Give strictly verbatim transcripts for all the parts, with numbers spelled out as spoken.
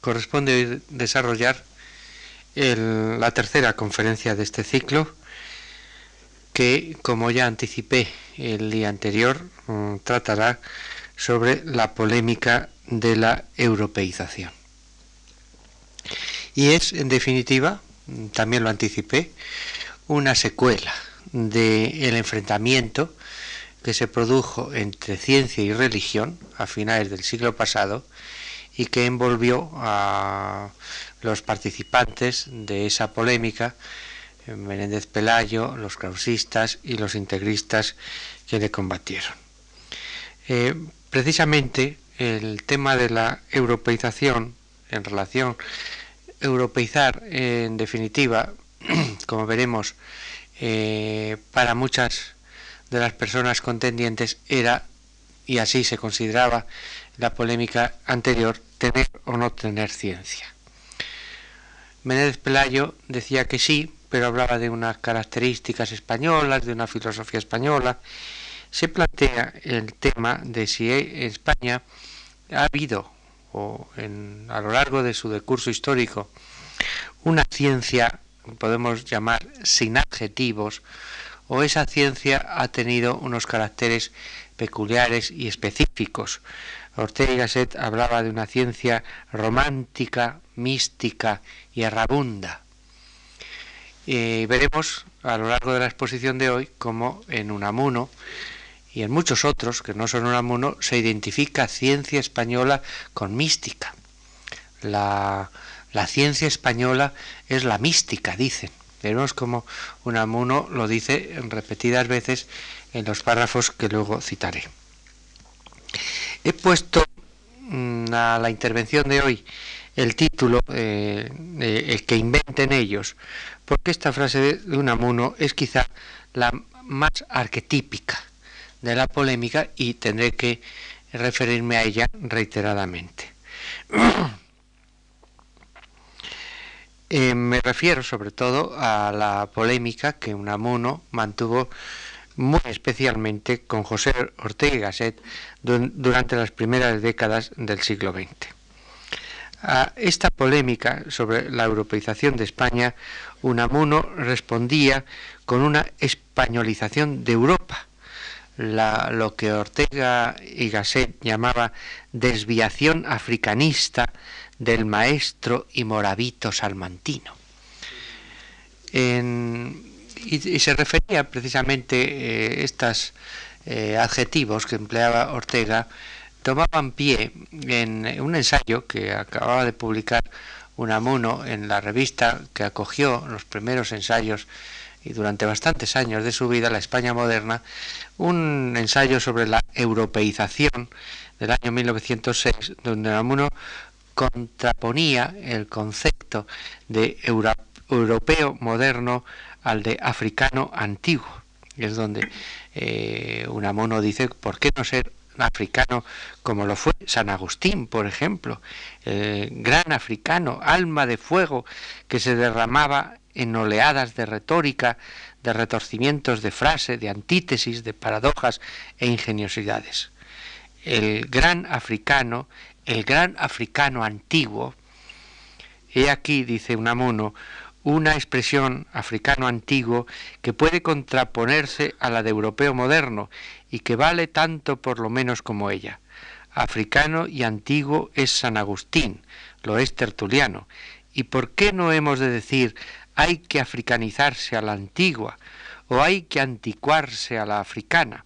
corresponde hoy desarrollar el, la tercera conferencia de este ciclo, que, como ya anticipé el día anterior, um, tratará sobre la polémica de la europeización. Y es, en definitiva, también lo anticipé, una secuela del enfrentamiento que se produjo entre ciencia y religión a finales del siglo pasado y que envolvió a los participantes de esa polémica, Menéndez Pelayo, los krausistas y los integristas que le combatieron. Eh, precisamente el tema de la europeización, en relación europeizar, en definitiva, como veremos, eh, para muchas de las personas contendientes era, y así se consideraba la polémica anterior, tener o no tener ciencia. Menéndez Pelayo decía que sí, pero hablaba de unas características españolas, de una filosofía española. Se plantea el tema de si en España ha habido, o en, a lo largo de su decurso histórico, una ciencia, podemos llamar sin adjetivos, o esa ciencia ha tenido unos caracteres peculiares y específicos. Ortega y Gasset hablaba de una ciencia romántica, mística y errabunda. Y veremos a lo largo de la exposición de hoy cómo en Unamuno y en muchos otros que no son Unamuno se identifica ciencia española con mística. La, la ciencia española es la mística, dicen. Veremos cómo Unamuno lo dice repetidas veces en los párrafos que luego citaré. He puesto mmm, a la intervención de hoy el título, eh, eh, el que inventen ellos, porque esta frase de Unamuno es quizá la más arquetípica de la polémica y tendré que referirme a ella reiteradamente. Eh, me refiero sobre todo a la polémica que Unamuno mantuvo muy especialmente con José Ortega y Gasset durante las primeras décadas del siglo veinte. A esta polémica sobre la europeización de España, Unamuno respondía con una españolización de Europa, la, lo que Ortega y Gasset llamaba desviación africanista del maestro y moravito salmantino. En, y, y se refería precisamente eh, estos eh, adjetivos que empleaba Ortega, tomaban pie en un ensayo que acababa de publicar Unamuno en la revista que acogió los primeros ensayos y durante bastantes años de su vida, La España Moderna, un ensayo sobre la europeización del año mil novecientos seis, donde Unamuno contraponía el concepto de euro, europeo moderno al de africano antiguo. Es donde eh, Unamuno dice, ¿por qué no ser africano como lo fue San Agustín, por ejemplo? El gran africano, alma de fuego, que se derramaba en oleadas de retórica, de retorcimientos de frase, de antítesis, de paradojas e ingeniosidades. El gran africano, el gran africano antiguo, he aquí, dice Unamuno, una expresión africano antiguo que puede contraponerse a la de europeo moderno y que vale tanto por lo menos como ella. Africano y antiguo es San Agustín, lo es Tertuliano. ¿Y por qué no hemos de decir hay que africanizarse a la antigua o hay que anticuarse a la africana?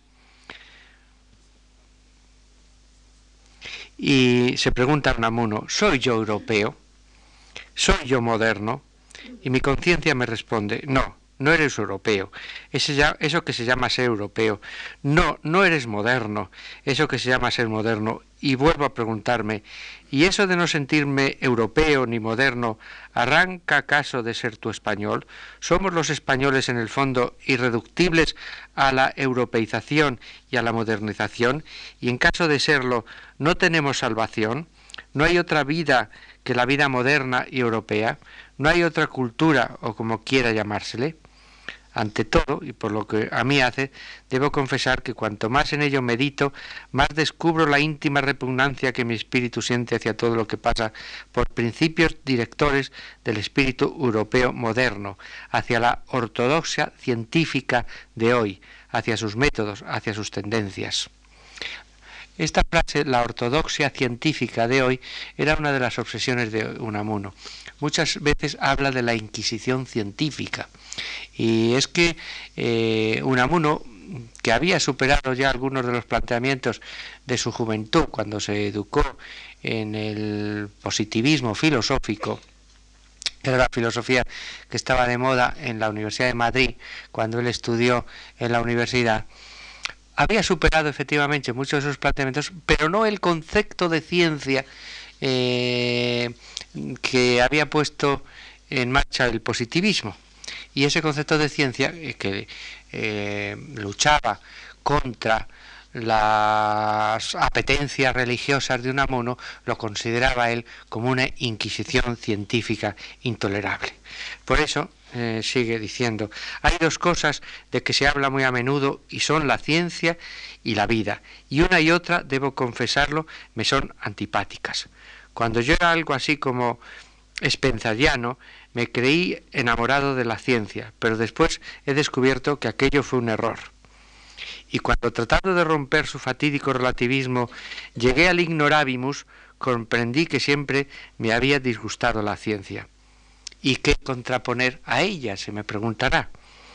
Y se pregunta Unamuno, ¿soy yo europeo? ¿Soy yo moderno? Y mi conciencia me responde, no, no eres europeo, ese ya, eso que se llama ser europeo, no, no eres moderno, eso que se llama ser moderno. Y vuelvo a preguntarme, ¿y eso de no sentirme europeo ni moderno arranca acaso de ser tu español? ¿Somos los españoles en el fondo irreductibles a la europeización y a la modernización? Y en caso de serlo, ¿no tenemos salvación? ¿No hay otra vida que la vida moderna y europea? ¿No hay otra cultura, o como quiera llamársele? Ante todo, y por lo que a mí hace, debo confesar que cuanto más en ello medito, más descubro la íntima repugnancia que mi espíritu siente hacia todo lo que pasa por principios directores del espíritu europeo moderno, hacia la ortodoxia científica de hoy, hacia sus métodos, hacia sus tendencias. Esta frase, la ortodoxia científica de hoy, era una de las obsesiones de Unamuno. Muchas veces habla de la Inquisición científica. Y es que eh, Unamuno, que había superado ya algunos de los planteamientos de su juventud cuando se educó en el positivismo filosófico, que era la filosofía que estaba de moda en la Universidad de Madrid cuando él estudió en la universidad, había superado efectivamente muchos de esos planteamientos, pero no el concepto de ciencia eh, que había puesto en marcha el positivismo. Y ese concepto de ciencia eh, que eh, luchaba contra las apetencias religiosas de Unamuno, lo consideraba él como una inquisición científica intolerable. Por eso, eh, sigue diciendo, hay dos cosas de que se habla muy a menudo y son la ciencia y la vida, y una y otra, debo confesarlo, me son antipáticas. Cuando yo era algo así como spenzeriano, me creí enamorado de la ciencia, pero después he descubierto que aquello fue un error. Y cuando tratando de romper su fatídico relativismo llegué al ignorabimus, comprendí que siempre me había disgustado la ciencia. ¿Y qué contraponer a ella?, se me preguntará.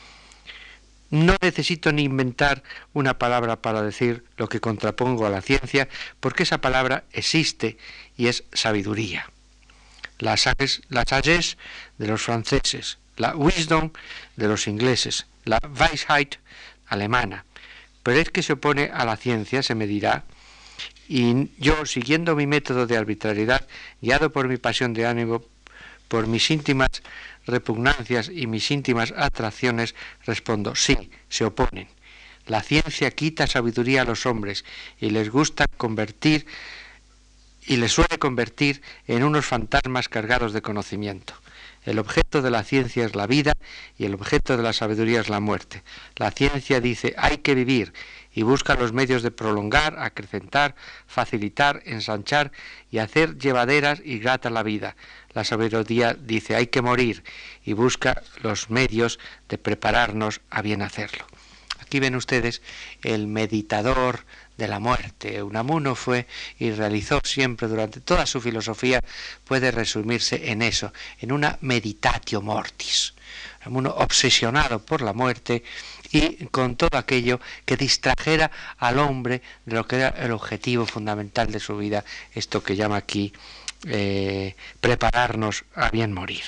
No necesito ni inventar una palabra para decir lo que contrapongo a la ciencia, porque esa palabra existe y es sabiduría. La sagesse, la sagesse de los franceses, la wisdom de los ingleses, la Weisheit alemana. Pero es que se opone a la ciencia, se me dirá, y yo, siguiendo mi método de arbitrariedad, guiado por mi pasión de ánimo, por mis íntimas repugnancias y mis íntimas atracciones, respondo, sí, se oponen. La ciencia quita sabiduría a los hombres y les gusta convertir, y les suele convertir en unos fantasmas cargados de conocimiento. El objeto de la ciencia es la vida y el objeto de la sabiduría es la muerte. La ciencia dice hay que vivir y busca los medios de prolongar, acrecentar, facilitar, ensanchar y hacer llevaderas y grata la vida. La sabiduría dice hay que morir y busca los medios de prepararnos a bien hacerlo. Aquí ven ustedes el meditador de la muerte. Unamuno fue y realizó siempre durante toda su filosofía, puede resumirse en eso, en una meditatio mortis. Unamuno obsesionado por la muerte y con todo aquello que distrajera al hombre de lo que era el objetivo fundamental de su vida, esto que llama aquí eh, prepararnos a bien morir.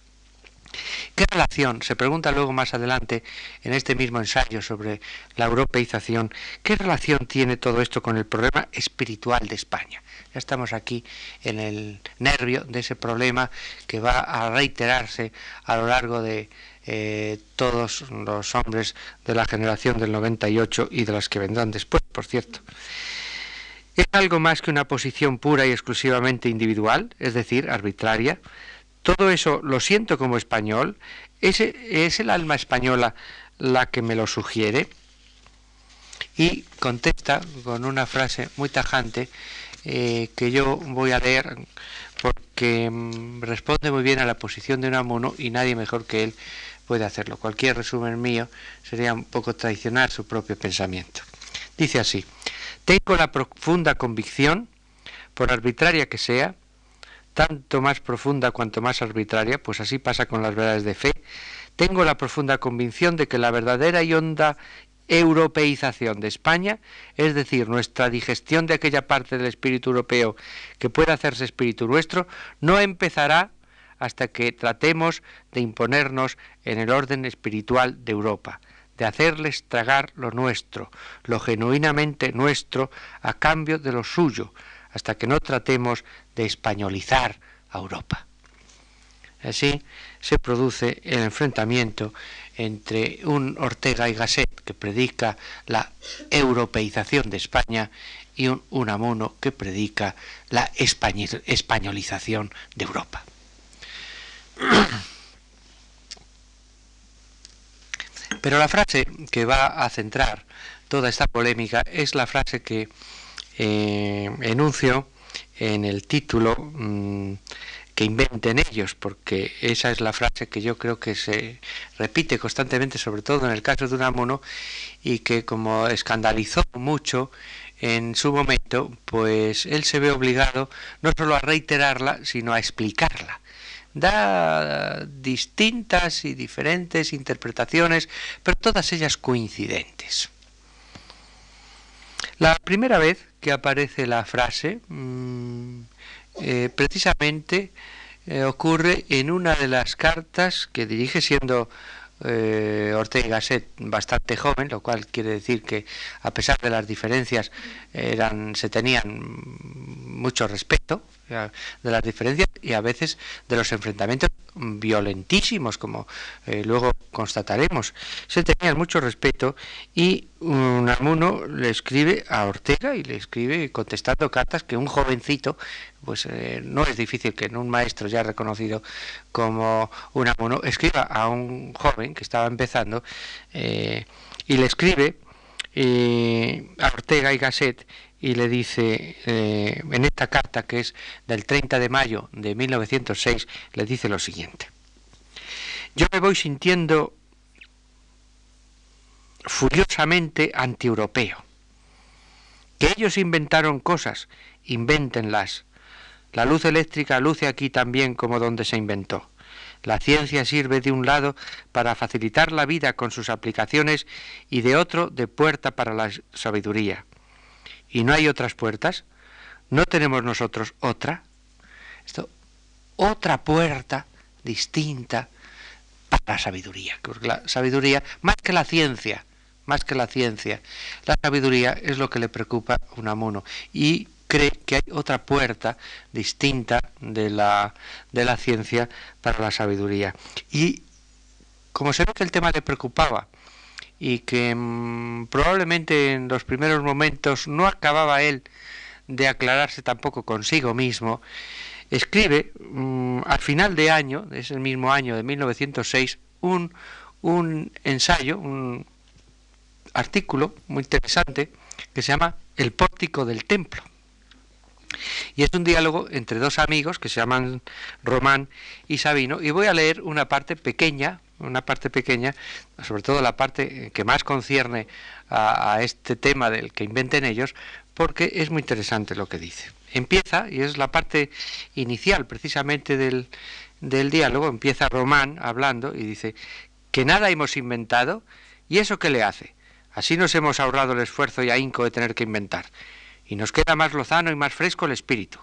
¿Qué relación, se pregunta luego más adelante en este mismo ensayo sobre la europeización, qué relación tiene todo esto con el problema espiritual de España? Ya estamos aquí en el nervio de ese problema que va a reiterarse a lo largo de eh, todos los hombres de la generación del noventa y ocho y de las que vendrán después, por cierto. ¿Es algo más que una posición pura y exclusivamente individual, es decir, arbitraria? Todo eso lo siento como español. ¿Es, ¿Es el alma española la que me lo sugiere? Y contesta con una frase muy tajante eh, que yo voy a leer porque mmm, responde muy bien a la posición de Unamuno y nadie mejor que él puede hacerlo. Cualquier resumen mío sería un poco traicionar su propio pensamiento. Dice así: tengo la profunda convicción, por arbitraria que sea, tanto más profunda cuanto más arbitraria, pues así pasa con las verdades de fe, tengo la profunda convicción de que la verdadera y honda europeización de España, es decir, nuestra digestión de aquella parte del espíritu europeo que pueda hacerse espíritu nuestro, no empezará hasta que tratemos de imponernos en el orden espiritual de Europa, de hacerles tragar lo nuestro, lo genuinamente nuestro, a cambio de lo suyo, hasta que no tratemos de españolizar a Europa. Así se produce el enfrentamiento entre un Ortega y Gasset que predica la europeización de España y un Unamuno que predica la españolización de Europa. Pero la frase que va a centrar toda esta polémica es la frase que eh, enuncio en el título mmm, que inventen ellos, porque esa es la frase que yo creo que se repite constantemente, sobre todo en el caso de Unamuno, y que como escandalizó mucho en su momento, pues él se ve obligado no solo a reiterarla, sino a explicarla. Da distintas y diferentes interpretaciones, pero todas ellas coincidentes. La primera vez que aparece la frase, mmm, eh, precisamente eh, ocurre en una de las cartas que dirige siendo eh, Ortega y Gasset bastante joven, lo cual quiere decir que a pesar de las diferencias eran, se tenían mucho respeto de las diferencias y a veces de los enfrentamientos violentísimos, como eh, luego constataremos. Se tenían mucho respeto y Unamuno le escribe a Ortega y le escribe contestando cartas que un jovencito, pues eh, no es difícil que en un maestro ya reconocido como Unamuno escriba a un joven que estaba empezando eh, y le escribe eh, a Ortega y Gasset y le dice eh, en esta carta, que es del treinta de mayo de mil novecientos seis, le dice lo siguiente: yo me voy sintiendo furiosamente antieuropeo. Que ellos inventaron cosas, invéntenlas. La luz eléctrica luce aquí también como donde se inventó. La ciencia sirve de un lado para facilitar la vida con sus aplicaciones y de otro de puerta para la sabiduría. ¿Y no hay otras puertas? ¿No tenemos nosotros otra? Esto, otra puerta distinta para la sabiduría. Porque la sabiduría, más que la ciencia, más que la ciencia, la sabiduría es lo que le preocupa a Unamuno. Y cree que hay otra puerta distinta de la, de la ciencia para la sabiduría. Y como se ve que el tema le preocupaba, y que mmm, probablemente en los primeros momentos no acababa él de aclararse tampoco consigo mismo, escribe mmm, al final de año, de ese mismo año de mil novecientos seis, un, un ensayo, un artículo muy interesante que se llama El pórtico del templo. Y es un diálogo entre dos amigos que se llaman Román y Sabino, y voy a leer una parte pequeña, una parte pequeña, sobre todo la parte que más concierne a, a este tema del que inventen ellos, porque es muy interesante lo que dice. Empieza, y es la parte inicial precisamente del, del diálogo, empieza Román hablando y dice que nada hemos inventado, ¿y eso qué le hace? Así nos hemos ahorrado el esfuerzo y ahínco de tener que inventar, y nos queda más lozano y más fresco el espíritu.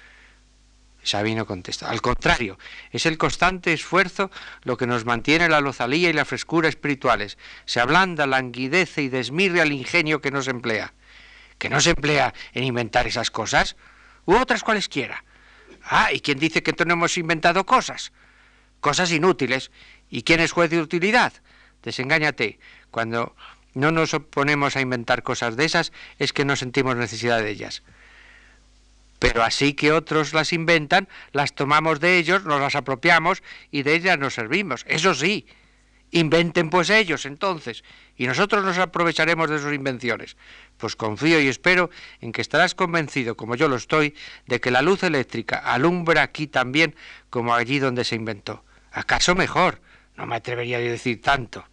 Sabino contesta: al contrario, es el constante esfuerzo lo que nos mantiene la lozalía y la frescura espirituales. Se ablanda, languidece y desmirra el ingenio que nos emplea. ¿Que no se emplea en inventar esas cosas? ¿U otras cualesquiera? Ah, ¿y quién dice que no hemos inventado cosas? Cosas inútiles. ¿Y quién es juez de utilidad? Desengáñate. Cuando no nos oponemos a inventar cosas de esas, es que no sentimos necesidad de ellas. Pero así que otros las inventan, las tomamos de ellos, nos las apropiamos y de ellas nos servimos. Eso sí, inventen pues ellos entonces, y nosotros nos aprovecharemos de sus invenciones. Pues confío y espero en que estarás convencido, como yo lo estoy, de que la luz eléctrica alumbra aquí también como allí donde se inventó. ¿Acaso mejor? No me atrevería a decir tanto.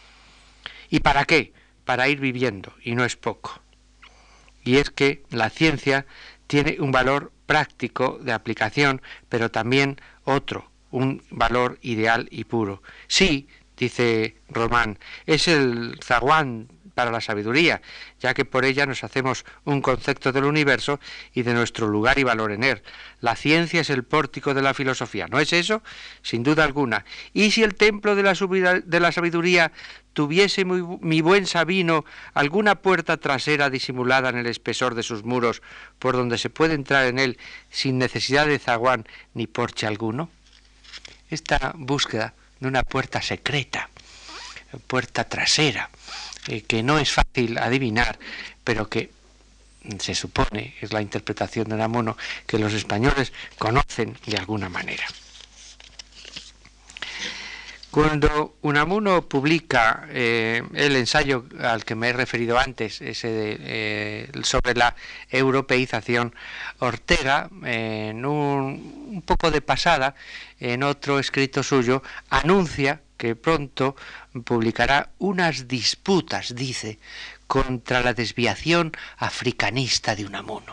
¿Y para qué? Para ir viviendo, y no es poco. Y es que la ciencia tiene un valor práctico de aplicación, pero también otro, un valor ideal y puro. Sí, dice Román, es el zaguán para la sabiduría, ya que por ella nos hacemos un concepto del universo y de nuestro lugar y valor en él. La ciencia es el pórtico de la filosofía, ¿no es eso? Sin duda alguna. ¿Y si el templo de la, de la sabiduría tuviese muy, mi buen Sabino alguna puerta trasera disimulada en el espesor de sus muros, por donde se puede entrar en él sin necesidad de zaguán ni porche alguno? Esta búsqueda de una puerta secreta, puerta trasera, eh, que no es fácil adivinar, pero que se supone, es la interpretación de Unamuno, que los españoles conocen de alguna manera. Cuando Unamuno publica eh, el ensayo al que me he referido antes, ese de, eh, sobre la europeización, Ortega, eh, en un, un poco de pasada, en otro escrito suyo, anuncia que pronto publicará unas disputas, dice, contra la desviación africanista de Unamuno.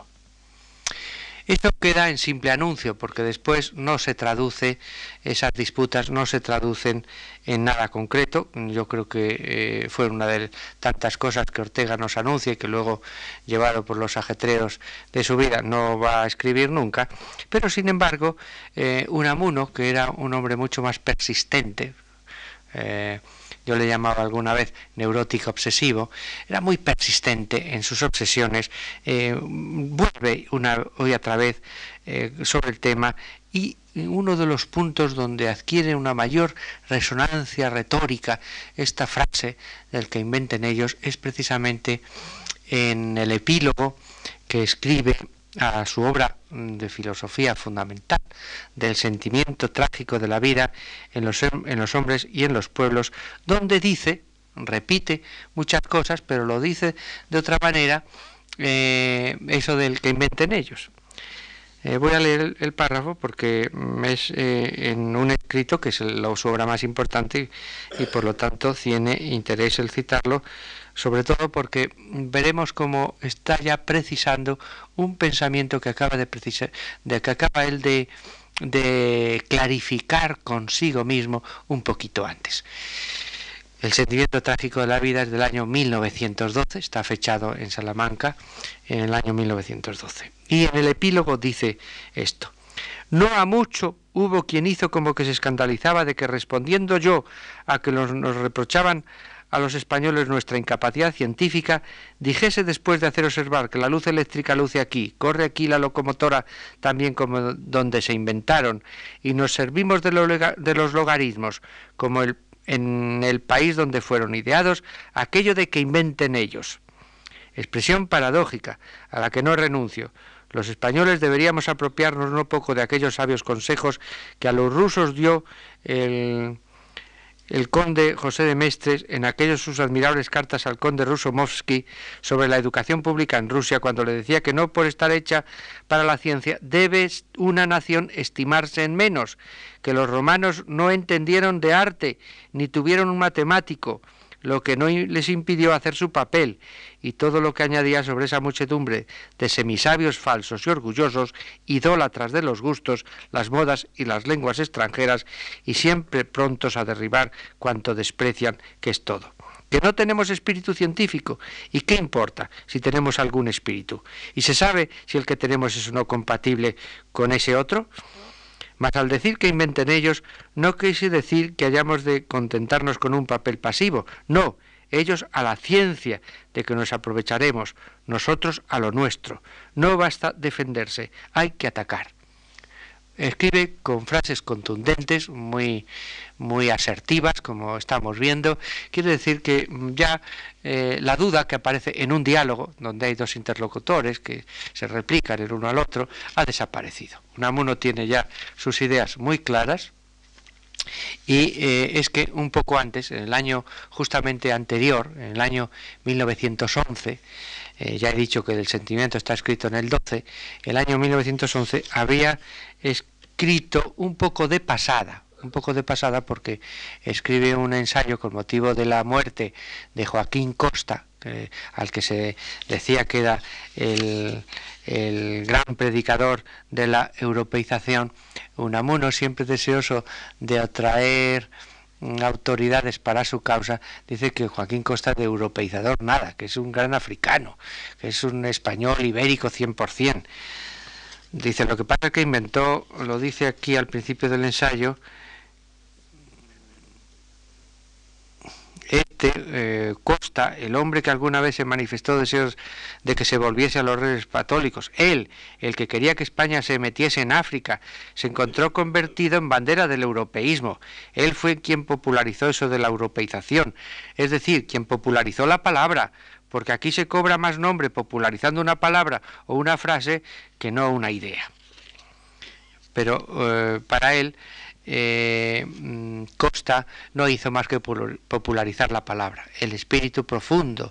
Esto queda en simple anuncio, porque después no se traduce, esas disputas no se traducen en nada concreto. Yo creo que eh, fue una de tantas cosas que Ortega nos anuncia y que luego, llevado por los ajetreos de su vida, no va a escribir nunca. Pero sin embargo, eh, Unamuno, que era un hombre mucho más persistente, eh, yo le llamaba alguna vez neurótico obsesivo, era muy persistente en sus obsesiones, eh, vuelve una y otra vez eh, sobre el tema, y uno de los puntos donde adquiere una mayor resonancia retórica esta frase del que inventen ellos es precisamente en el epílogo que escribe a su obra de filosofía fundamental, del sentimiento trágico de la vida en los, en los hombres y en los pueblos, donde dice, repite muchas cosas, pero lo dice de otra manera, eh, eso del que inventen ellos. Eh, voy a leer el, el párrafo porque es eh, en un escrito que es la, su obra más importante y, y por lo tanto tiene interés el citarlo, sobre todo porque veremos cómo está ya precisando un pensamiento que acaba de precisar, de que acaba él de, de clarificar consigo mismo un poquito antes. El sentimiento trágico de la vida es del año mil novecientos doce, está fechado en Salamanca en el año mil novecientos doce. Y en el epílogo dice esto: no ha mucho hubo quien hizo como que se escandalizaba de que, respondiendo yo a que nos, nos reprochaban a los españoles nuestra incapacidad científica, dijese, después de hacer observar que la luz eléctrica luce aquí, corre aquí la locomotora también como donde se inventaron, y nos servimos de, lo, de los logaritmos como el, en el país donde fueron ideados, aquello de que inventen ellos. Expresión paradójica, a la que no renuncio. Los españoles deberíamos apropiarnos no poco de aquellos sabios consejos que a los rusos dio el... el conde José de Mestres en aquellas sus admirables cartas al conde Rusomovsky sobre la educación pública en Rusia, cuando le decía que no por estar hecha para la ciencia debe una nación estimarse en menos, que los romanos no entendieron de arte ni tuvieron un matemático, lo que no les impidió hacer su papel, y todo lo que añadía sobre esa muchedumbre de semisabios falsos y orgullosos, idólatras de los gustos, las modas y las lenguas extranjeras, y siempre prontos a derribar cuanto desprecian, que es todo. Que no tenemos espíritu científico, ¿y qué importa si tenemos algún espíritu? ¿Y se sabe si el que tenemos es o no compatible con ese otro? Mas al decir que inventen ellos, no quise decir que hayamos de contentarnos con un papel pasivo, no, ellos a la ciencia de que nos aprovecharemos, nosotros a lo nuestro. No basta defenderse, hay que atacar. Escribe con frases contundentes, muy, muy asertivas, como estamos viendo. Quiere decir que ya eh, la duda que aparece en un diálogo, donde hay dos interlocutores que se replican el uno al otro, ha desaparecido. Unamuno tiene ya sus ideas muy claras, y eh, es que un poco antes, en el año justamente anterior, en el año mil novecientos once, eh, ya he dicho que el sentimiento está escrito en el doce, el año mil novecientos once había escrito un poco de pasada, un poco de pasada porque escribe un ensayo con motivo de la muerte de Joaquín Costa, eh, al que se decía que era el, el gran predicador de la europeización. Unamuno, siempre deseoso de atraer autoridades para su causa, dice que Joaquín Costa de europeizador nada, que es un gran africano, que es un español ibérico cien por cien. Dice, lo que pasa es que inventó, lo dice aquí al principio del ensayo, este eh, Costa, el hombre que alguna vez se manifestó deseos de que se volviese a los reyes católicos, él, el que quería que España se metiese en África, se encontró convertido en bandera del europeísmo. Él fue quien popularizó eso de la europeización, es decir, quien popularizó la palabra, porque aquí se cobra más nombre popularizando una palabra o una frase que no una idea. Pero eh, para él eh, Costa no hizo más que popularizar la palabra. El espíritu profundo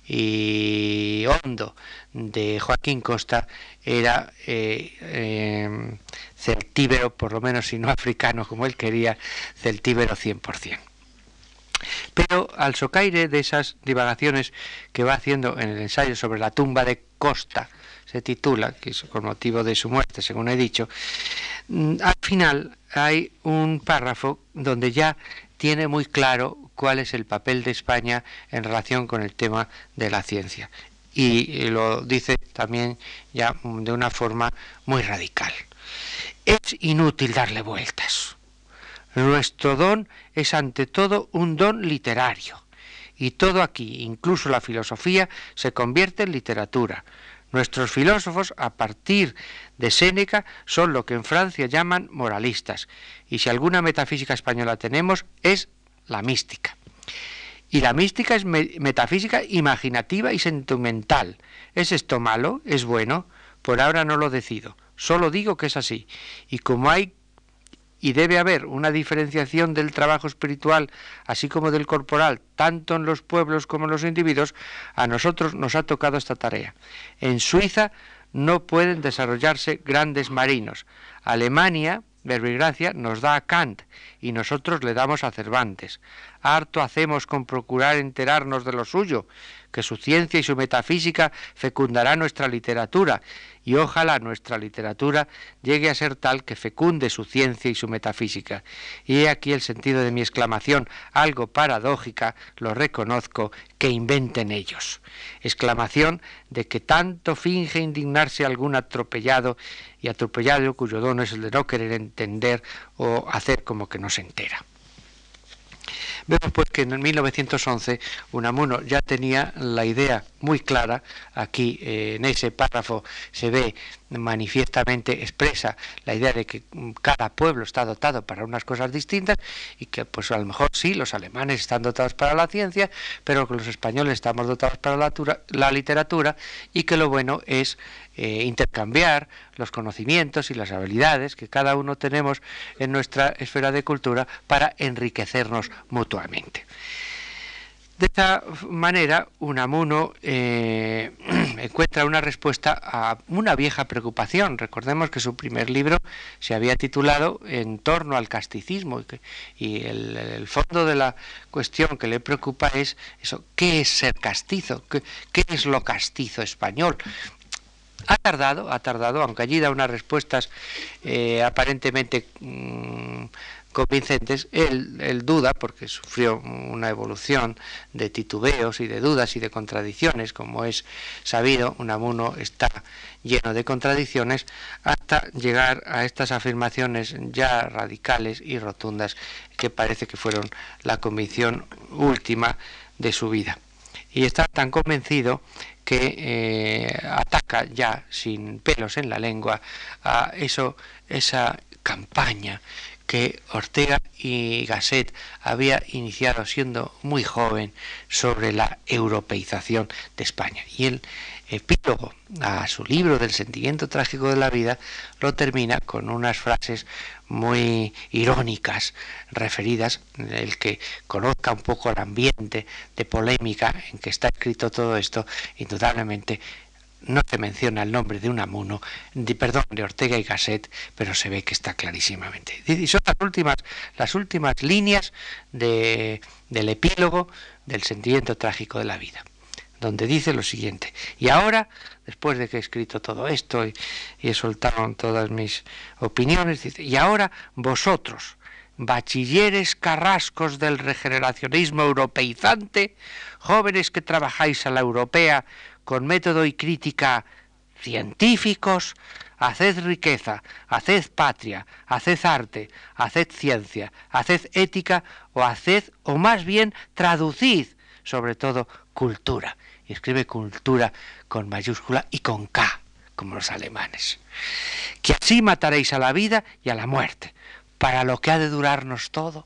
y hondo de Joaquín Costa era eh, eh, celtíbero, por lo menos si no africano como él quería, celtíbero cien por cien. Pero al socaire de esas divagaciones que va haciendo en el ensayo sobre la tumba de Costa, se titula, que es con motivo de su muerte, según he dicho, al final hay un párrafo donde ya tiene muy claro cuál es el papel de España en relación con el tema de la ciencia. Y lo dice también ya de una forma muy radical. Es inútil darle vueltas. Nuestro don es ante todo un don literario. Y todo aquí, incluso la filosofía, se convierte en literatura. Nuestros filósofos, a partir de Séneca, son lo que en Francia llaman moralistas. Y si alguna metafísica española tenemos, es la mística. Y la mística es me- metafísica imaginativa y sentimental. ¿Es esto malo? ¿Es bueno? Por ahora no lo decido. Solo digo que es así. Y como hay y debe haber una diferenciación del trabajo espiritual, así como del corporal, tanto en los pueblos como en los individuos, a nosotros nos ha tocado esta tarea. En Suiza no pueden desarrollarse grandes marinos. Alemania, verbigracia, nos da a Kant y nosotros le damos a Cervantes. Harto hacemos con procurar enterarnos de lo suyo, que su ciencia y su metafísica fecundará nuestra literatura, y ojalá nuestra literatura llegue a ser tal que fecunde su ciencia y su metafísica. Y he aquí el sentido de mi exclamación, algo paradójica, lo reconozco, que inventen ellos. Exclamación de que tanto finge indignarse algún atropellado, y atropellado cuyo don es el de no querer entender o hacer como que no se entera. Vemos pues que en mil novecientos once Unamuno ya tenía la idea muy clara. Aquí eh, en ese párrafo se ve manifiestamente expresa la idea de que cada pueblo está dotado para unas cosas distintas y que pues a lo mejor sí, los alemanes están dotados para la ciencia, pero que los españoles estamos dotados para la, la literatura, y que lo bueno es eh, intercambiar los conocimientos y las habilidades que cada uno tenemos en nuestra esfera de cultura para enriquecernos mutuamente. De esta manera, Unamuno eh, encuentra una respuesta a una vieja preocupación. Recordemos que su primer libro se había titulado En torno al casticismo, y, que, y el, el fondo de la cuestión que le preocupa es eso: ¿qué es ser castizo? ¿Qué, qué es lo castizo español? Ha tardado, ha tardado, aunque allí da unas respuestas eh, aparentemente mmm, convincentes. Él, él duda, porque sufrió una evolución de titubeos y de dudas y de contradicciones, como es sabido. Unamuno está lleno de contradicciones, hasta llegar a estas afirmaciones ya radicales y rotundas que parece que fueron la convicción última de su vida. Y está tan convencido que eh, ataca ya sin pelos en la lengua a eso, esa campaña que Ortega y Gasset había iniciado siendo muy joven sobre la europeización de España. Y el epílogo a su libro del sentimiento trágico de la vida lo termina con unas frases muy irónicas referidas. El que conozca un poco el ambiente de polémica en que está escrito todo esto, indudablemente no se menciona el nombre de Unamuno, de, perdón, de Ortega y Gasset, pero se ve que está clarísimamente. Y son las últimas, las últimas líneas de, del epílogo del sentimiento trágico de la vida, donde dice lo siguiente: y ahora, después de que he escrito todo esto y, y he soltado todas mis opiniones, dice, y ahora vosotros, bachilleres carrascos del regeneracionismo europeizante, jóvenes que trabajáis a la europea con método y crítica científicos, haced riqueza, haced patria, haced arte, haced ciencia, haced ética, o haced, o más bien traducid, sobre todo, cultura. Y escribe cultura con mayúscula y con K, como los alemanes. Que así mataréis a la vida y a la muerte, para lo que ha de durarnos todo.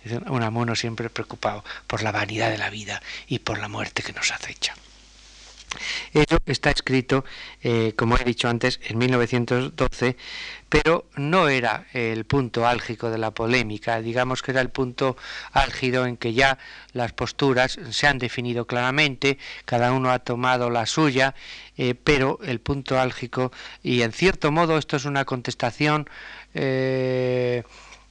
Unamuno siempre preocupado por la vanidad de la vida y por la muerte que nos acecha. Ello está escrito, eh, como he dicho antes, en mil novecientos doce, pero no era el punto álgido de la polémica, digamos que era el punto álgido en que ya las posturas se han definido claramente, cada uno ha tomado la suya, eh, pero el punto álgido, y en cierto modo esto es una contestación eh,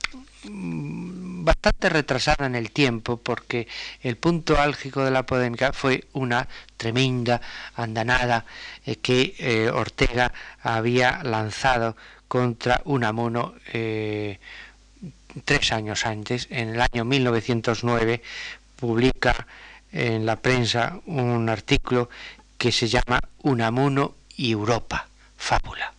bastante retrasada en el tiempo, porque el punto álgido de la polémica fue una tremenda andanada eh, que eh, Ortega había lanzado contra Unamuno eh, tres años antes. En el año mil novecientos nueve publica en la prensa un artículo que se llama Unamuno y Europa, fábula.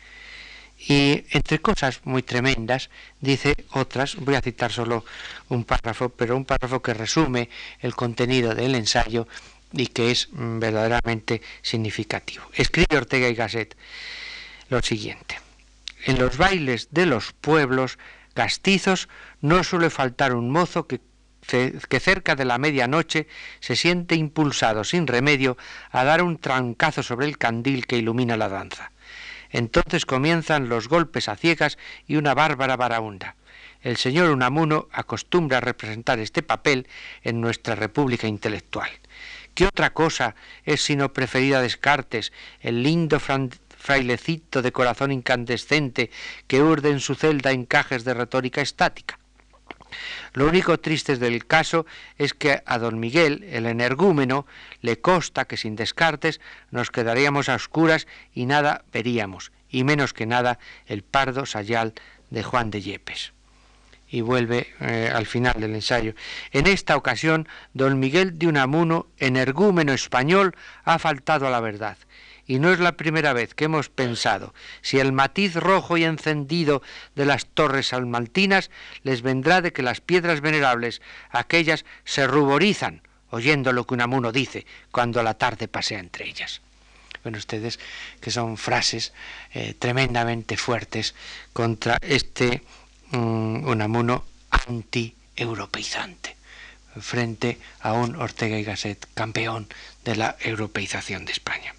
Y entre cosas muy tremendas, dice otras, voy a citar solo un párrafo, pero un párrafo que resume el contenido del ensayo y que es verdaderamente significativo. Escribe Ortega y Gasset lo siguiente: en los bailes de los pueblos castizos no suele faltar un mozo que, que cerca de la medianoche se siente impulsado sin remedio a dar un trancazo sobre el candil que ilumina la danza. Entonces comienzan los golpes a ciegas y una bárbara baraunda. El señor Unamuno acostumbra a representar este papel en nuestra república intelectual. ¿Qué otra cosa es sino preferir a Descartes, el lindo frailecito de corazón incandescente que urde en su celda encajes de retórica estática? Lo único triste del caso es que a don Miguel, el energúmeno, le consta que sin Descartes nos quedaríamos a oscuras y nada veríamos, y menos que nada el pardo sayal de Juan de Yepes. Y vuelve eh, al final del ensayo. En esta ocasión, don Miguel de Unamuno, energúmeno español, ha faltado a la verdad. Y no es la primera vez que hemos pensado si el matiz rojo y encendido de las torres salmantinas les vendrá de que las piedras venerables, aquellas, se ruborizan, oyendo lo que Unamuno dice, cuando la tarde pasea entre ellas. Ven ustedes que son frases eh, tremendamente fuertes contra este um, Unamuno anti-europeizante, frente a un Ortega y Gasset campeón de la europeización de España.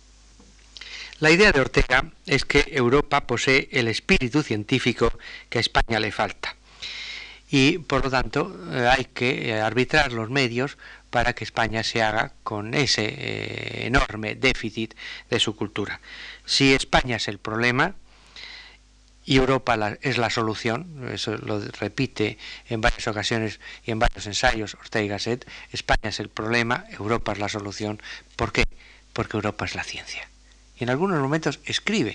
La idea de Ortega es que Europa posee el espíritu científico que a España le falta y, por lo tanto, hay que arbitrar los medios para que España se haga con ese eh, enorme déficit de su cultura. Si España es el problema y Europa la, es la solución, eso lo repite en varias ocasiones y en varios ensayos Ortega y Gasset, España es el problema, Europa es la solución. ¿Por qué? Porque Europa es la ciencia. Y en algunos momentos escribe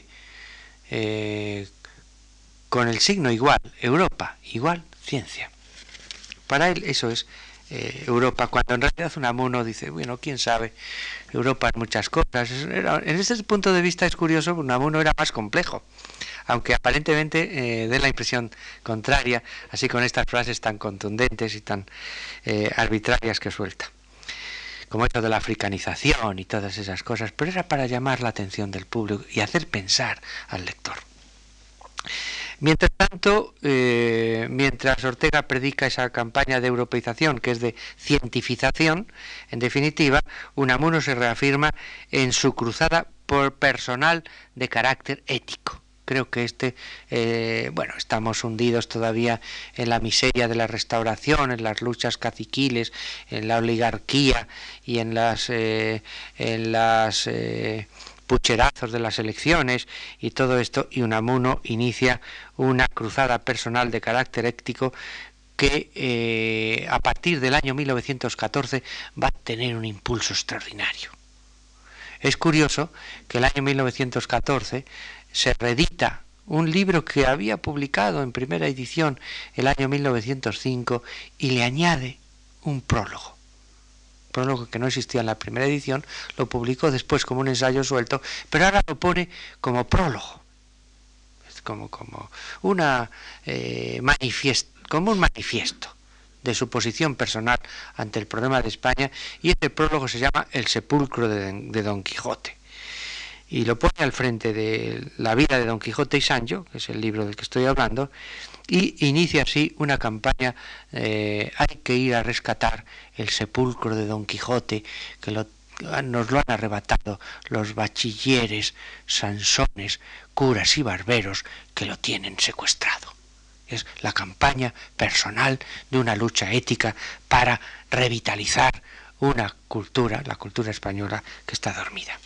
eh, con el signo igual, Europa, igual, ciencia. Para él eso es eh, Europa, cuando en realidad Unamuno dice, bueno, quién sabe, Europa es muchas cosas. Era, en ese punto de vista es curioso, Unamuno era más complejo, aunque aparentemente eh, dé la impresión contraria, así con estas frases tan contundentes y tan eh, arbitrarias que suelta, como esto de la africanización y todas esas cosas, pero era para llamar la atención del público y hacer pensar al lector. Mientras tanto, eh, mientras Ortega predica esa campaña de europeización, que es de cientificación, en definitiva, Unamuno se reafirma en su cruzada por personal de carácter ético. Creo que este, eh, bueno, estamos hundidos todavía en la miseria de la restauración, en las luchas caciquiles, en la oligarquía y en las, eh, en las eh, pucherazos de las elecciones y todo esto, y Unamuno inicia una cruzada personal de carácter ético que eh, a partir del año mil novecientos catorce va a tener un impulso extraordinario. Es curioso que el año mil novecientos catorce se reedita un libro que había publicado en primera edición el año mil novecientos cinco y le añade un prólogo. Prólogo que no existía en la primera edición, lo publicó después como un ensayo suelto, pero ahora lo pone como prólogo. Es como, como, una, eh, manifiest, como un manifiesto de su posición personal ante el problema de España, y este prólogo se llama El sepulcro de, de Don Quijote. Y lo pone al frente de la vida de Don Quijote y Sancho, que es el libro del que estoy hablando, y inicia así una campaña, eh, hay que ir a rescatar el sepulcro de Don Quijote, que lo nos lo han arrebatado los bachilleres, sansones, curas y barberos que lo tienen secuestrado. Es la campaña personal de una lucha ética para revitalizar una cultura, la cultura española, que está dormida.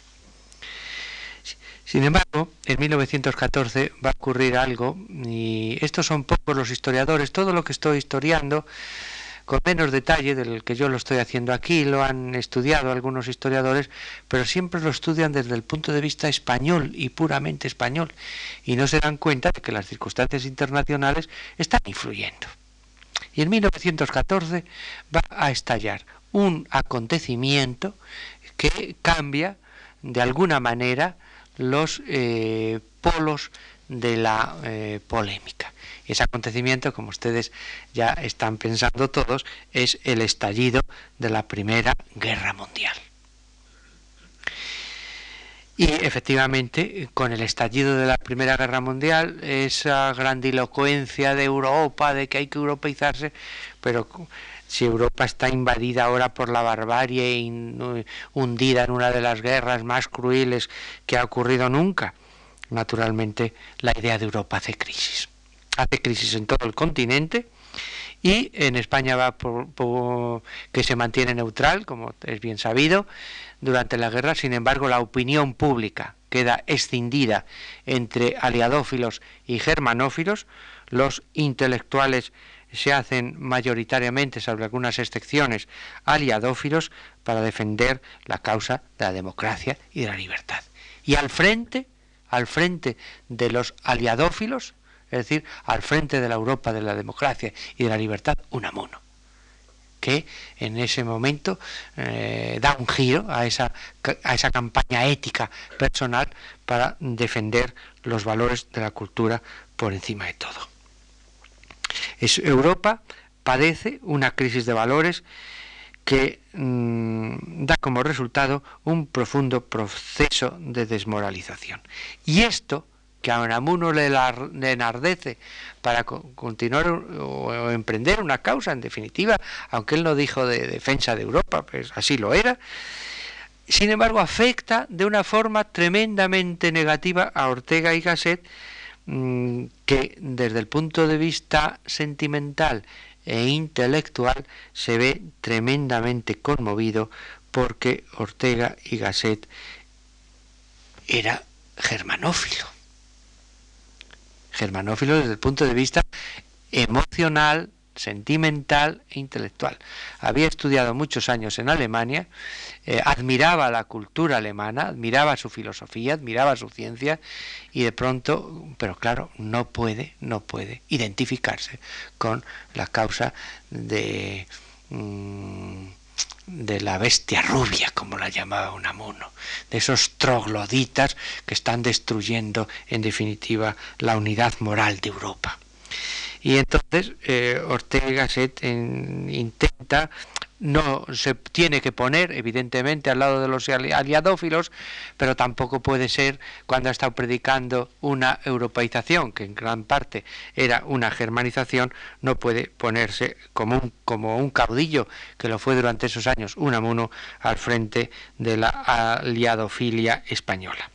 Sin embargo, en mil novecientos catorce va a ocurrir algo, y estos son pocos los historiadores, todo lo que estoy historiando, con menos detalle del que yo lo estoy haciendo aquí, lo han estudiado algunos historiadores, pero siempre lo estudian desde el punto de vista español y puramente español, y no se dan cuenta de que las circunstancias internacionales están influyendo. Y en mil novecientos catorce va a estallar un acontecimiento que cambia de alguna manera los eh, polos de la eh, polémica. Ese acontecimiento, como ustedes ya están pensando todos, es el estallido de la Primera Guerra Mundial. Y efectivamente, con el estallido de la Primera Guerra Mundial, esa grandilocuencia de Europa, de que hay que europeizarse, pero si Europa está invadida ahora por la barbarie y hundida en una de las guerras más crueles que ha ocurrido nunca, naturalmente la idea de Europa hace crisis. Hace crisis en todo el continente, y en España va por, por, que se mantiene neutral, como es bien sabido, durante la guerra. Sin embargo, la opinión pública queda escindida entre aliadófilos y germanófilos. Los intelectuales se hacen mayoritariamente, salvo algunas excepciones, aliadófilos para defender la causa de la democracia y de la libertad. Y al frente, al frente de los aliadófilos, es decir, al frente de la Europa de la democracia y de la libertad, Unamuno, que en ese momento eh, da un giro a esa, a esa campaña ética personal para defender los valores de la cultura por encima de todo. Es, Europa padece una crisis de valores que mmm, da como resultado un profundo proceso de desmoralización. Y esto, que a Unamuno le, le enardece para co continuar o, o emprender una causa, en definitiva, aunque él no dijo de defensa de Europa, pues así lo era, sin embargo afecta de una forma tremendamente negativa a Ortega y Gasset, mmm, que desde el punto de vista sentimental e intelectual se ve tremendamente conmovido porque Ortega y Gasset era germanófilo. Germanófilo desde el punto de vista emocional, sentimental e intelectual. Había estudiado muchos años en Alemania, eh, admiraba la cultura alemana, admiraba su filosofía, admiraba su ciencia, y de pronto, pero claro, no puede, no puede identificarse con la causa de... Mmm, de la bestia rubia, como la llamaba Unamuno, de esos trogloditas que están destruyendo, en definitiva, la unidad moral de Europa. Y entonces eh, Ortega y Gasset en, intenta, no se tiene que poner evidentemente al lado de los aliadófilos, pero tampoco puede ser, cuando ha estado predicando una europeización, que en gran parte era una germanización, no puede ponerse como un, como un caudillo, que lo fue durante esos años Unamuno, al frente de la aliadofilia española.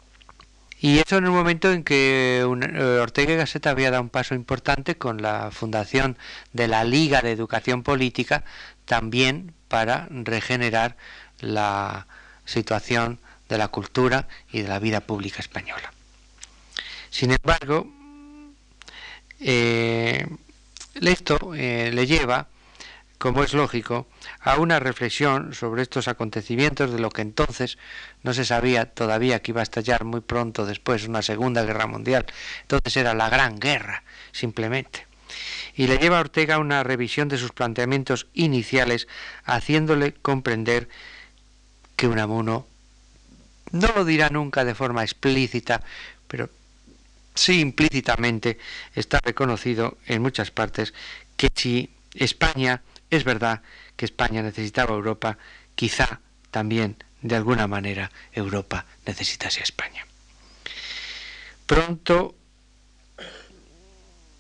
Y eso en el momento en que Ortega y Gasset había dado un paso importante con la fundación de la Liga de Educación Política, también para regenerar la situación de la cultura y de la vida pública española. Sin embargo, eh, esto eh, le lleva, como es lógico, a una reflexión sobre estos acontecimientos, de lo que entonces no se sabía todavía que iba a estallar muy pronto después una Segunda Guerra Mundial. Entonces era la Gran Guerra, simplemente. Y le lleva a Ortega una revisión de sus planteamientos iniciales, haciéndole comprender que Unamuno no lo dirá nunca de forma explícita, pero sí implícitamente está reconocido en muchas partes que si España, es verdad que España necesitaba a Europa, quizá también de alguna manera Europa necesitase a España. Pronto,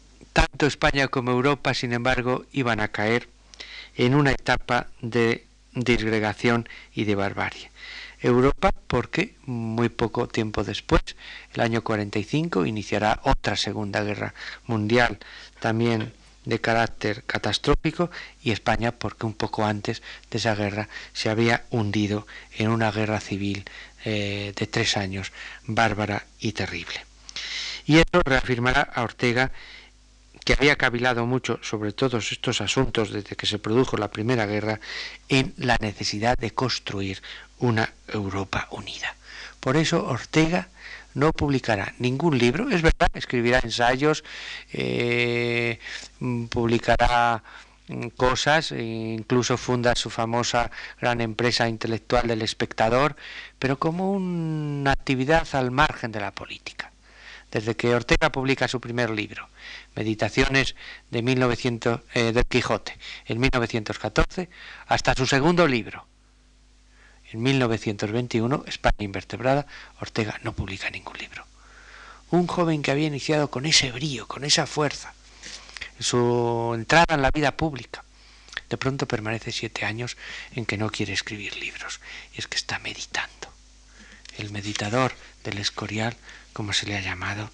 tanto España como Europa, sin embargo, iban a caer en una etapa de disgregación y de barbarie. Europa porque muy poco tiempo después, el año cuarenta y cinco, iniciará otra Segunda Guerra Mundial, también de carácter catastrófico, y España porque un poco antes de esa guerra se había hundido en una guerra civil eh, de tres años, bárbara y terrible. Y eso reafirmará a Ortega, que había cavilado mucho sobre todos estos asuntos desde que se produjo la Primera Guerra, en la necesidad de construir una Europa unida. Por eso Ortega no publicará ningún libro, es verdad, escribirá ensayos, eh, publicará cosas, incluso funda su famosa gran empresa intelectual del Espectador, pero como una actividad al margen de la política. Desde que Ortega publica su primer libro, Meditaciones de mil novecientos, eh, del Quijote, en mil novecientos catorce, hasta su segundo libro, en mil novecientos veintiuno, España invertebrada, Ortega no publica ningún libro. Un joven que había iniciado con ese brío, con esa fuerza, su entrada en la vida pública, de pronto permanece siete años en que no quiere escribir libros, y es que está meditando. El meditador del Escorial, como se le ha llamado,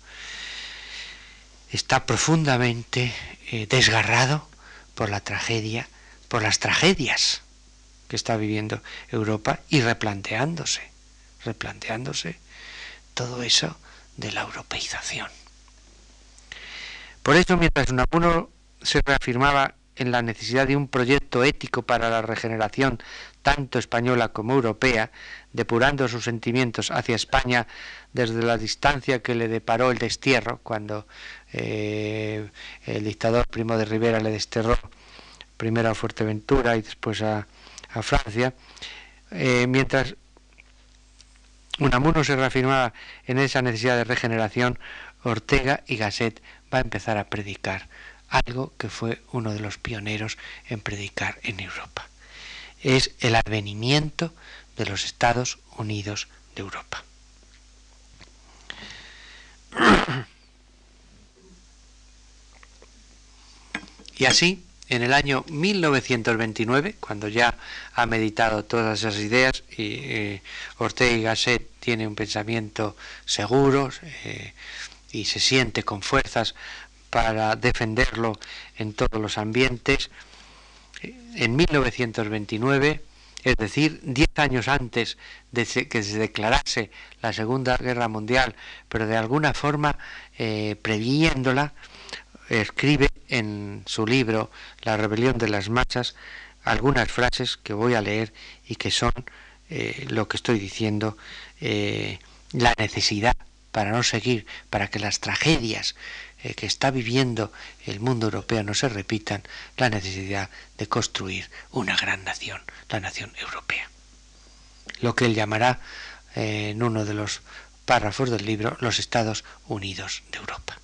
está profundamente eh, desgarrado por la tragedia, por las tragedias que está viviendo Europa, y replanteándose, replanteándose todo eso de la europeización. Por eso, mientras Unamuno se reafirmaba en la necesidad de un proyecto ético para la regeneración tanto española como europea, depurando sus sentimientos hacia España desde la distancia que le deparó el destierro, cuando eh, el dictador Primo de Rivera le desterró primero a Fuerteventura y después a, a Francia, eh, mientras Unamuno se reafirmaba en esa necesidad de regeneración, Ortega y Gasset va a empezar a predicar algo que fue uno de los pioneros en predicar en Europa. Es el advenimiento de los Estados Unidos de Europa. Y así, en el año mil novecientos veintinueve, cuando ya ha meditado todas esas ideas y eh, Ortega y Gasset tiene un pensamiento seguro eh, y se siente con fuerzas para defenderlo en todos los ambientes, en mil novecientos veintinueve, es decir, diez años antes de que se declarase la Segunda Guerra Mundial, pero de alguna forma eh, previéndola, escribe en su libro La rebelión de las masas algunas frases que voy a leer y que son eh, lo que estoy diciendo, eh, la necesidad para no seguir, para que las tragedias eh, que está viviendo el mundo europeo no se repitan, la necesidad de construir una gran nación, la nación europea. Lo que él llamará eh, en uno de los párrafos del libro los Estados Unidos de Europa.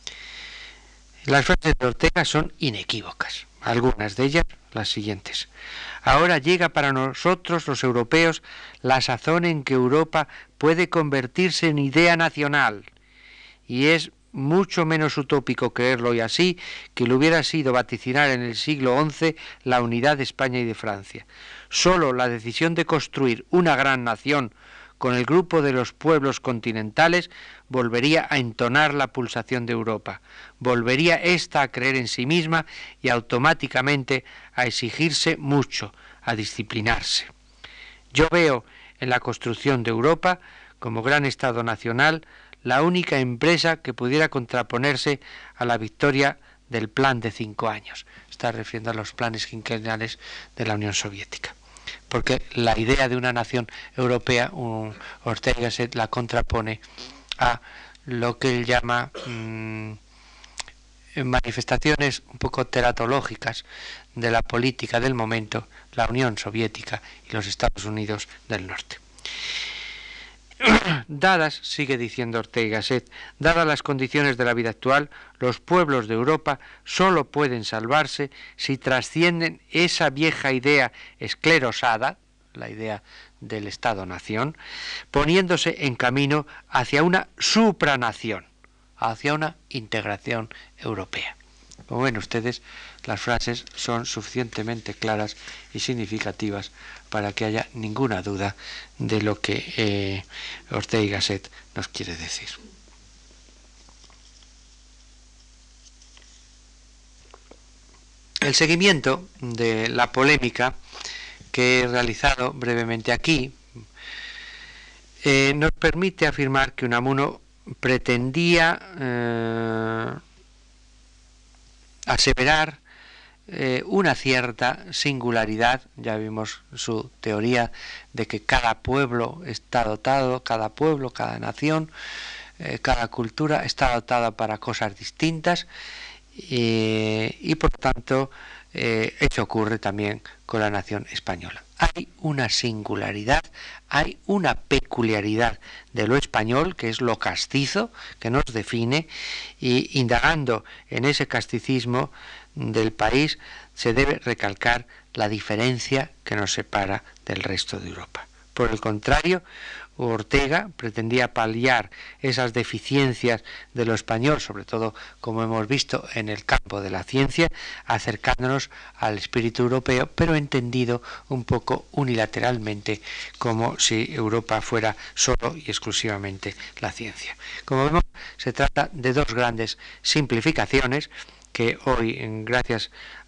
Las frases de Ortega son inequívocas, algunas de ellas las siguientes. Ahora llega para nosotros los europeos la sazón en que Europa puede convertirse en idea nacional, y es mucho menos utópico creerlo hoy así que lo hubiera sido vaticinar en el siglo once la unidad de España y de Francia. Solo la decisión de construir una gran nación con el grupo de los pueblos continentales volvería a entonar la pulsación de Europa, volvería ésta a creer en sí misma y automáticamente a exigirse mucho, a disciplinarse. Yo veo en la construcción de Europa, como gran Estado nacional, la única empresa que pudiera contraponerse a la victoria del plan de cinco años. Está refiriendo a los planes quinquenales de la Unión Soviética. Porque la idea de una nación europea, un, Ortega y Gasset la contrapone a lo que él llama mmm, manifestaciones un poco teratológicas de la política del momento, la Unión Soviética y los Estados Unidos del Norte. Dadas, sigue diciendo Ortega y Gasset, dadas las condiciones de la vida actual, los pueblos de Europa solo pueden salvarse si trascienden esa vieja idea esclerosada, la idea del Estado-nación, poniéndose en camino hacia una supranación, hacia una integración europea. Como ven ustedes, las frases son suficientemente claras y significativas para que haya ninguna duda de lo que eh, Ortega y Gasset nos quiere decir. El seguimiento de la polémica que he realizado brevemente aquí eh, nos permite afirmar que Unamuno pretendía eh, aseverar eh, una cierta singularidad. Ya vimos su teoría de que cada pueblo está dotado, cada pueblo, cada nación, eh, cada cultura está dotada para cosas distintas, eh, y por tanto eh, eso ocurre también con la nación española. Hay una singularidad, hay una peculiaridad de lo español, que es lo castizo, que nos define, y indagando en ese casticismo del país se debe recalcar la diferencia que nos separa del resto de Europa. Por el contrario, Ortega pretendía paliar esas deficiencias de lo español, sobre todo, como hemos visto, en el campo de la ciencia, acercándonos al espíritu europeo, pero entendido un poco unilateralmente, como si Europa fuera solo y exclusivamente la ciencia. Como vemos, se trata de dos grandes simplificaciones que hoy, gracias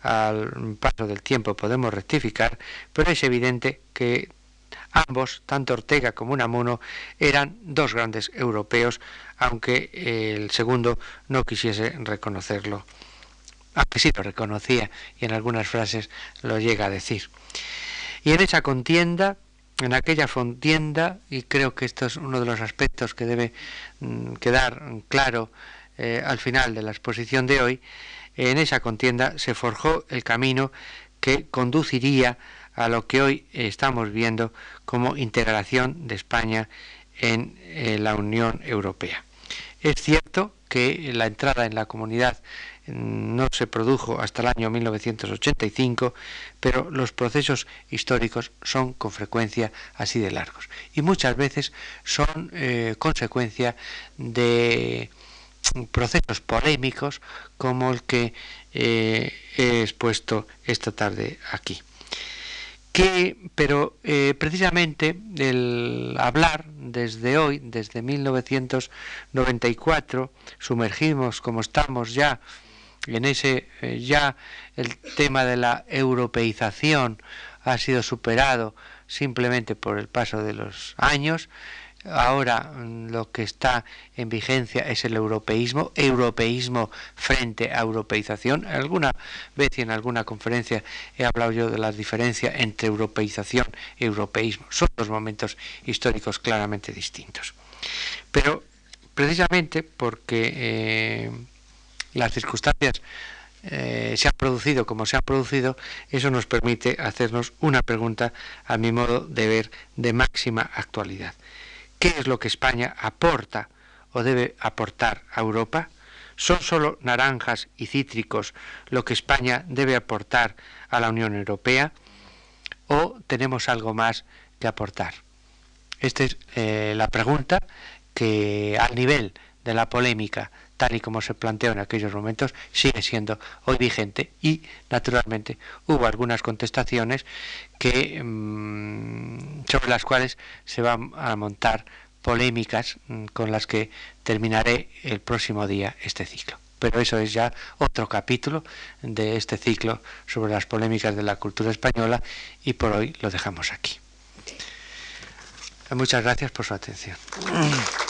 al paso del tiempo, podemos rectificar, pero es evidente que ambos, tanto Ortega como Unamuno, eran dos grandes europeos, aunque el segundo no quisiese reconocerlo, aunque sí lo reconocía y en algunas frases lo llega a decir. Y en esa contienda, en aquella contienda, y creo que esto es uno de los aspectos que debe mm, quedar claro eh, al final de la exposición de hoy, en esa contienda se forjó el camino que conduciría a lo que hoy estamos viendo como integración de España en eh, la Unión Europea. Es cierto que la entrada en la comunidad no se produjo hasta el año mil novecientos ochenta y cinco, pero los procesos históricos son con frecuencia así de largos y muchas veces son eh, consecuencia de procesos polémicos como el que eh, he expuesto esta tarde aquí. Que, pero eh, precisamente el hablar desde hoy, desde mil novecientos noventa y cuatro, sumergimos como estamos ya en ese, eh, ya el tema de la europeización ha sido superado simplemente por el paso de los años. Ahora lo que está en vigencia es el europeísmo, europeísmo frente a europeización. Alguna vez y en alguna conferencia he hablado yo de la diferencia entre europeización y europeísmo. Son dos momentos históricos claramente distintos. Pero precisamente porque eh, las circunstancias eh, se han producido como se han producido, eso nos permite hacernos una pregunta, a mi modo de ver, de máxima actualidad. ¿Qué es lo que España aporta o debe aportar a Europa? ¿Son solo naranjas y cítricos lo que España debe aportar a la Unión Europea? ¿O tenemos algo más que aportar? Esta es eh, la pregunta que al nivel de la polémica, tal y como se planteó en aquellos momentos, sigue siendo hoy vigente y, naturalmente, hubo algunas contestaciones que, mmm, sobre las cuales se van a montar polémicas mmm, con las que terminaré el próximo día este ciclo. Pero eso es ya otro capítulo de este ciclo sobre las polémicas de la cultura española y por hoy lo dejamos aquí. Muchas gracias por su atención.